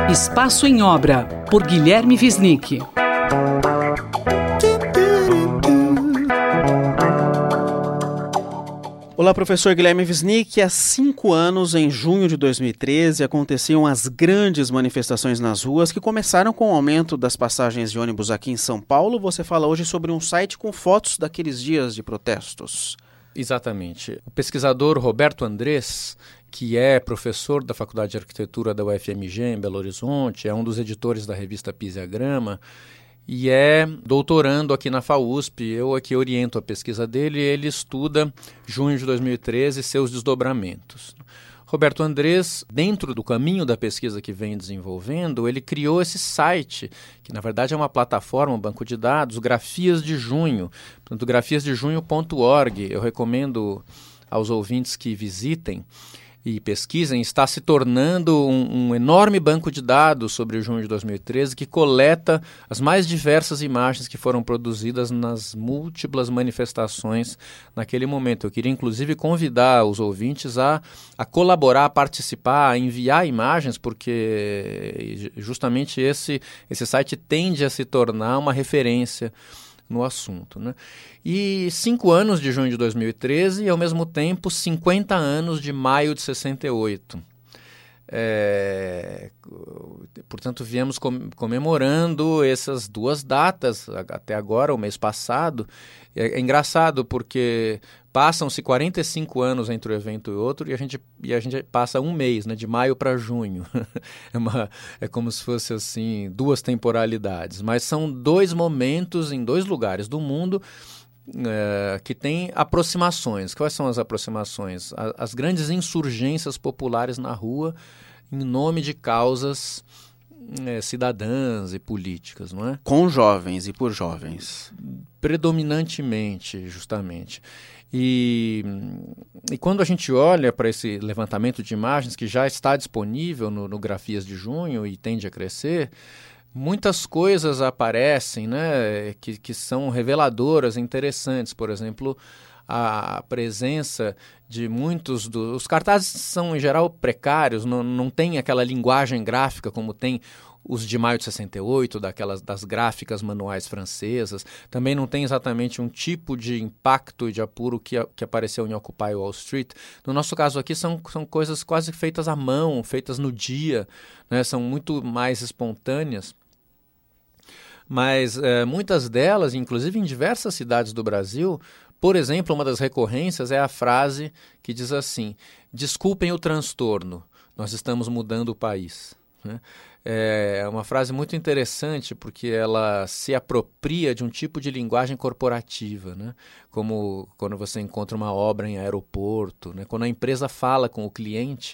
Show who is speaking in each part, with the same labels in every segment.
Speaker 1: Espaço em Obra, por Guilherme Wisnik.
Speaker 2: Olá, professor Guilherme Wisnik. Há 5 anos, em junho de 2013, aconteciam as grandes manifestações nas ruas que começaram com o aumento das passagens de ônibus aqui em São Paulo. Você fala hoje sobre um site com fotos daqueles dias de protestos.
Speaker 3: Exatamente. O pesquisador Roberto Andrés, que é professor da Faculdade de Arquitetura da UFMG em Belo Horizonte, é um dos editores da revista Pisa e Grama e é doutorando aqui na FAUSP. Eu aqui oriento a pesquisa dele e ele estuda junho de 2013 e seus desdobramentos. Roberto Andrés, dentro do caminho da pesquisa que vem desenvolvendo, ele criou esse site, que na verdade é uma plataforma, um banco de dados, Grafias de Junho, portanto, grafiasdejunho.org. Eu recomendo aos ouvintes que visitem e pesquisem. Está se tornando um enorme banco de dados sobre o junho de 2013 que coleta as mais diversas imagens que foram produzidas nas múltiplas manifestações naquele momento. Eu queria inclusive convidar os ouvintes a colaborar, a participar, a enviar imagens, porque justamente esse site tende a se tornar uma referência no assunto, né? E 5 anos de junho de 2013 e, ao mesmo tempo, 50 anos de maio de 68. Portanto, viemos comemorando essas duas datas até agora, o mês passado. É engraçado porque passam-se 45 anos entre um evento e outro e a gente passa um mês, né, de maio para junho. É como se fosse assim, 2 temporalidades. Mas são 2 momentos em 2 lugares do mundo que tem aproximações. Quais são as aproximações? As grandes insurgências populares na rua em nome de causas cidadãs e políticas, não é?
Speaker 2: Com jovens e por jovens.
Speaker 3: Predominantemente, justamente. E quando a gente olha para esse levantamento de imagens que já está disponível no Grafias de Junho e tende a crescer, muitas coisas aparecem, né, que são reveladoras, interessantes. Por exemplo, a presença de muitos os cartazes são, em geral, precários, não tem aquela linguagem gráfica como tem os de maio de 68, das gráficas manuais francesas. Também não tem exatamente um tipo de impacto e de apuro que apareceu em Occupy Wall Street. No nosso caso aqui são coisas quase feitas à mão, feitas no dia, né? São muito mais espontâneas. Mas muitas delas, inclusive em diversas cidades do Brasil, por exemplo, uma das recorrências é a frase que diz assim: desculpem o transtorno, nós estamos mudando o país. Né? É uma frase muito interessante porque ela se apropria de um tipo de linguagem corporativa, né? Como quando você encontra uma obra em aeroporto, né? Quando a empresa fala com o cliente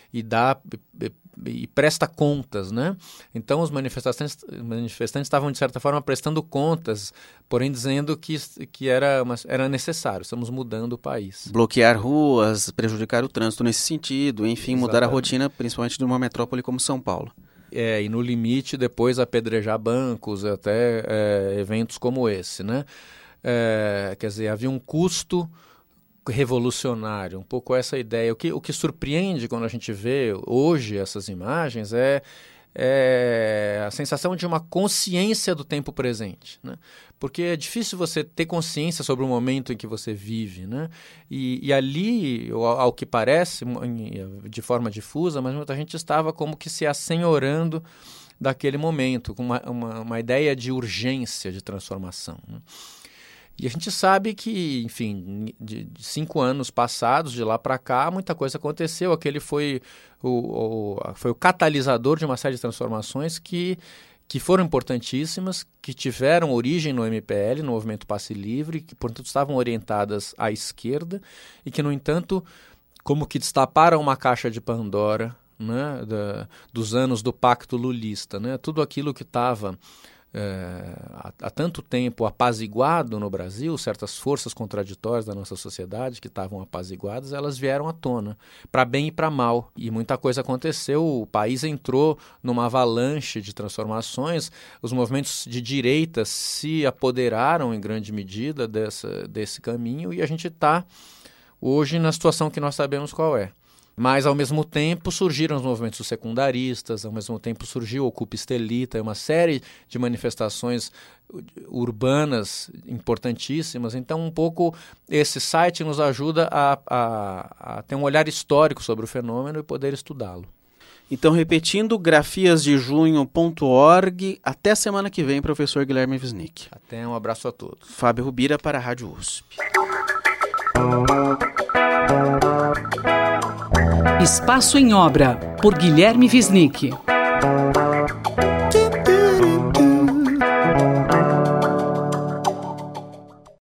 Speaker 3: e presta contas, né? Então os manifestantes estavam de certa forma prestando contas, porém dizendo que era necessário, estamos mudando o país.
Speaker 2: Bloquear ruas, prejudicar o trânsito nesse sentido, enfim,
Speaker 3: Exatamente.
Speaker 2: Mudar a rotina, principalmente de uma metrópole como São Paulo.
Speaker 3: E no limite depois apedrejar bancos, até eventos como esse, né? Quer dizer, havia um custo revolucionário, um pouco essa ideia. O que surpreende quando a gente vê hoje essas imagens é a sensação de uma consciência do tempo presente, né? Porque é difícil você ter consciência sobre o momento em que você vive, né? E ali, ao que parece, de forma difusa, mas muita gente estava como que se assenhorando daquele momento, com uma ideia de urgência de transformação, né? E a gente sabe que, enfim, de 5 anos passados, de lá para cá, muita coisa aconteceu. Aquele foi o catalisador de uma série de transformações que foram importantíssimas, que tiveram origem no MPL, no Movimento Passe Livre, que, portanto, estavam orientadas à esquerda e que, no entanto, como que destaparam uma caixa de Pandora, né, dos anos do Pacto Lulista, né? Tudo aquilo que estava há tanto tempo apaziguado no Brasil, certas forças contraditórias da nossa sociedade que estavam apaziguadas, elas vieram à tona, para bem e para mal. E muita coisa aconteceu, o país entrou numa avalanche de transformações, os movimentos de direita se apoderaram em grande medida desse caminho e a gente está hoje na situação que nós sabemos qual é. Mas, ao mesmo tempo, surgiram os movimentos secundaristas, ao mesmo tempo surgiu o Ocupa Estelita, uma série de manifestações urbanas importantíssimas. Então, um pouco, esse site nos ajuda a ter um olhar histórico sobre o fenômeno e poder estudá-lo.
Speaker 2: Então, repetindo, grafiasdejunho.org. Até semana que vem, professor Guilherme Wisnik.
Speaker 3: Até, um abraço a todos.
Speaker 2: Fábio Rubira para a Rádio USP.
Speaker 1: Espaço em Obra, por Guilherme Wisnik.